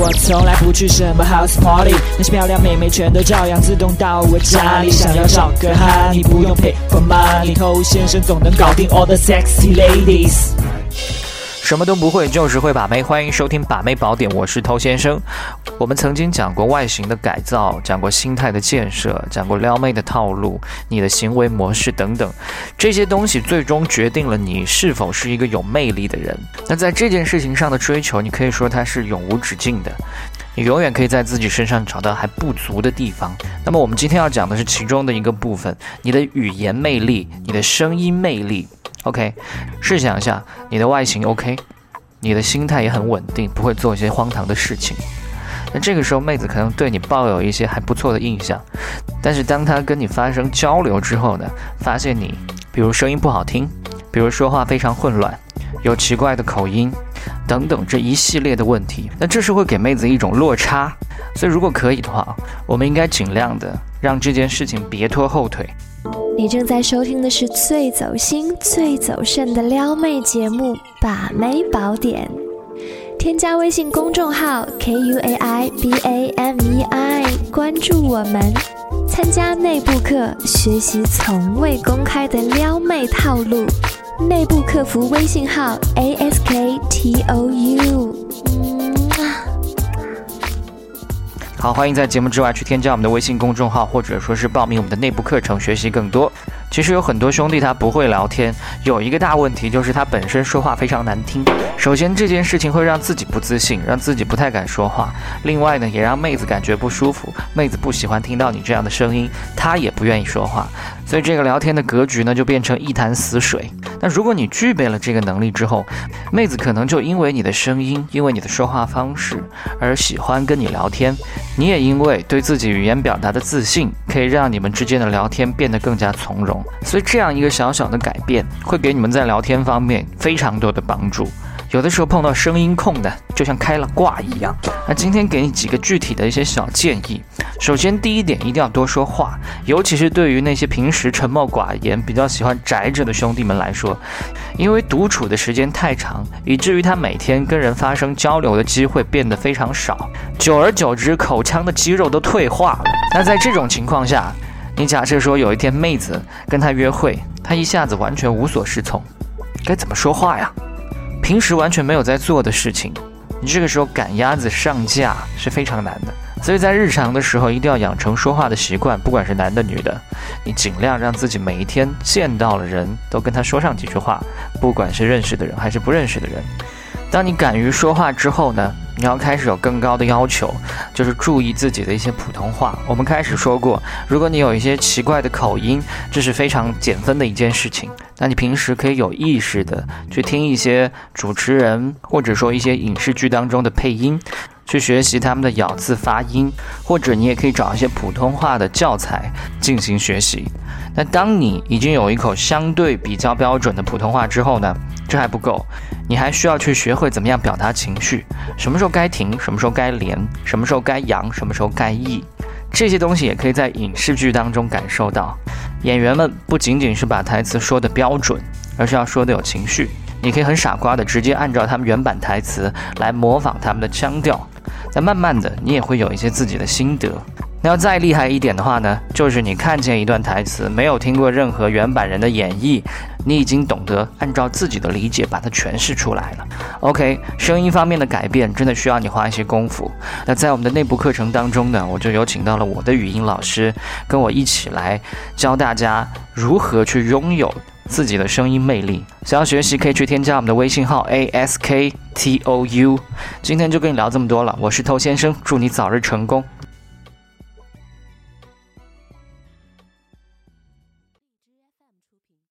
我从来不去什么 house party， 那些漂亮妹妹全都照样自动到我家里。想要找个哈，你不用 pay for money， 偷先生总能搞定 all the sexy ladies。 什么都不会，就是会把妹。欢迎收听把妹宝典，我是偷先生。我们曾经讲过外形的改造，讲过心态的建设，讲过撩妹的套路，你的行为模式等等，这些东西最终决定了你是否是一个有魅力的人。那在这件事情上的追求，你可以说它是永无止境的，你永远可以在自己身上找到还不足的地方。那么我们今天要讲的是其中的一个部分，你的语言魅力，你的声音魅力。OK， 试想一下，你的外形 OK， 你的心态也很稳定，不会做一些荒唐的事情。那这个时候妹子可能对你抱有一些还不错的印象，但是当她跟你发生交流之后呢，发现你比如声音不好听，比如说话非常混乱，有奇怪的口音等等这一系列的问题，那这是会给妹子一种落差。所以如果可以的话，我们应该尽量的让这件事情别拖后腿。 你正在收听的是最走心最走肾的撩妹节目《把妹宝典》，添加微信公众号 KUAIBAMEI， 关注我们，参加内部课，学习从未公开的撩妹套路。内部客服微信号 ASKTOU。 好，欢迎在节目之外去添加我们的微信公众号，或者说是报名我们的内部课程，学习更多。其实有很多兄弟他不会聊天，有一个大问题就是他本身说话非常难听。首先这件事情会让自己不自信，让自己不太敢说话，另外呢也让妹子感觉不舒服，妹子不喜欢听到你这样的声音，她也不愿意说话，所以这个聊天的格局呢就变成一潭死水。那如果你具备了这个能力之后，妹子可能就因为你的声音，因为你的说话方式而喜欢跟你聊天，你也因为对自己语言表达的自信，可以让你们之间的聊天变得更加从容。所以这样一个小小的改变会给你们在聊天方面非常多的帮助。有的时候碰到声音控的就像开了挂一样。那今天给你几个具体的一些小建议。首先第一点，一定要多说话，尤其是对于那些平时沉默寡言比较喜欢宅着的兄弟们来说，因为独处的时间太长，以至于他每天跟人发生交流的机会变得非常少，久而久之口腔的肌肉都退化了。那在这种情况下，你假设说有一天妹子跟他约会，他一下子完全无所适从，该怎么说话呀？平时完全没有在做的事情，你这个时候赶鸭子上架是非常难的。所以在日常的时候一定要养成说话的习惯，不管是男的女的，你尽量让自己每一天见到了人都跟他说上几句话，不管是认识的人还是不认识的人。当你敢于说话之后呢，你要开始有更高的要求，就是注意自己的一些普通话。我们开始说过，如果你有一些奇怪的口音，这是非常减分的一件事情。那你平时可以有意识的去听一些主持人或者说一些影视剧当中的配音，去学习他们的咬字发音，或者你也可以找一些普通话的教材进行学习。那当你已经有一口相对比较标准的普通话之后呢，这还不够，你还需要去学会怎么样表达情绪，什么时候该停，什么时候该连，什么时候该扬，什么时候该抑，这些东西也可以在影视剧当中感受到。演员们不仅仅是把台词说的标准，而是要说的有情绪。你可以很傻瓜的直接按照他们原版台词来模仿他们的腔调，但慢慢的你也会有一些自己的心得。那要再厉害一点的话呢，就是你看见一段台词，没有听过任何原版人的演绎，你已经懂得按照自己的理解把它诠释出来了。OK， 声音方面的改变真的需要你花一些功夫。那在我们的内部课程当中呢，我就有请到了我的语音老师，跟我一起来教大家如何去拥有自己的声音魅力。想要学习可以去添加我们的微信号 ASKTOU。今天就跟你聊这么多了，我是偷先生，祝你早日成功。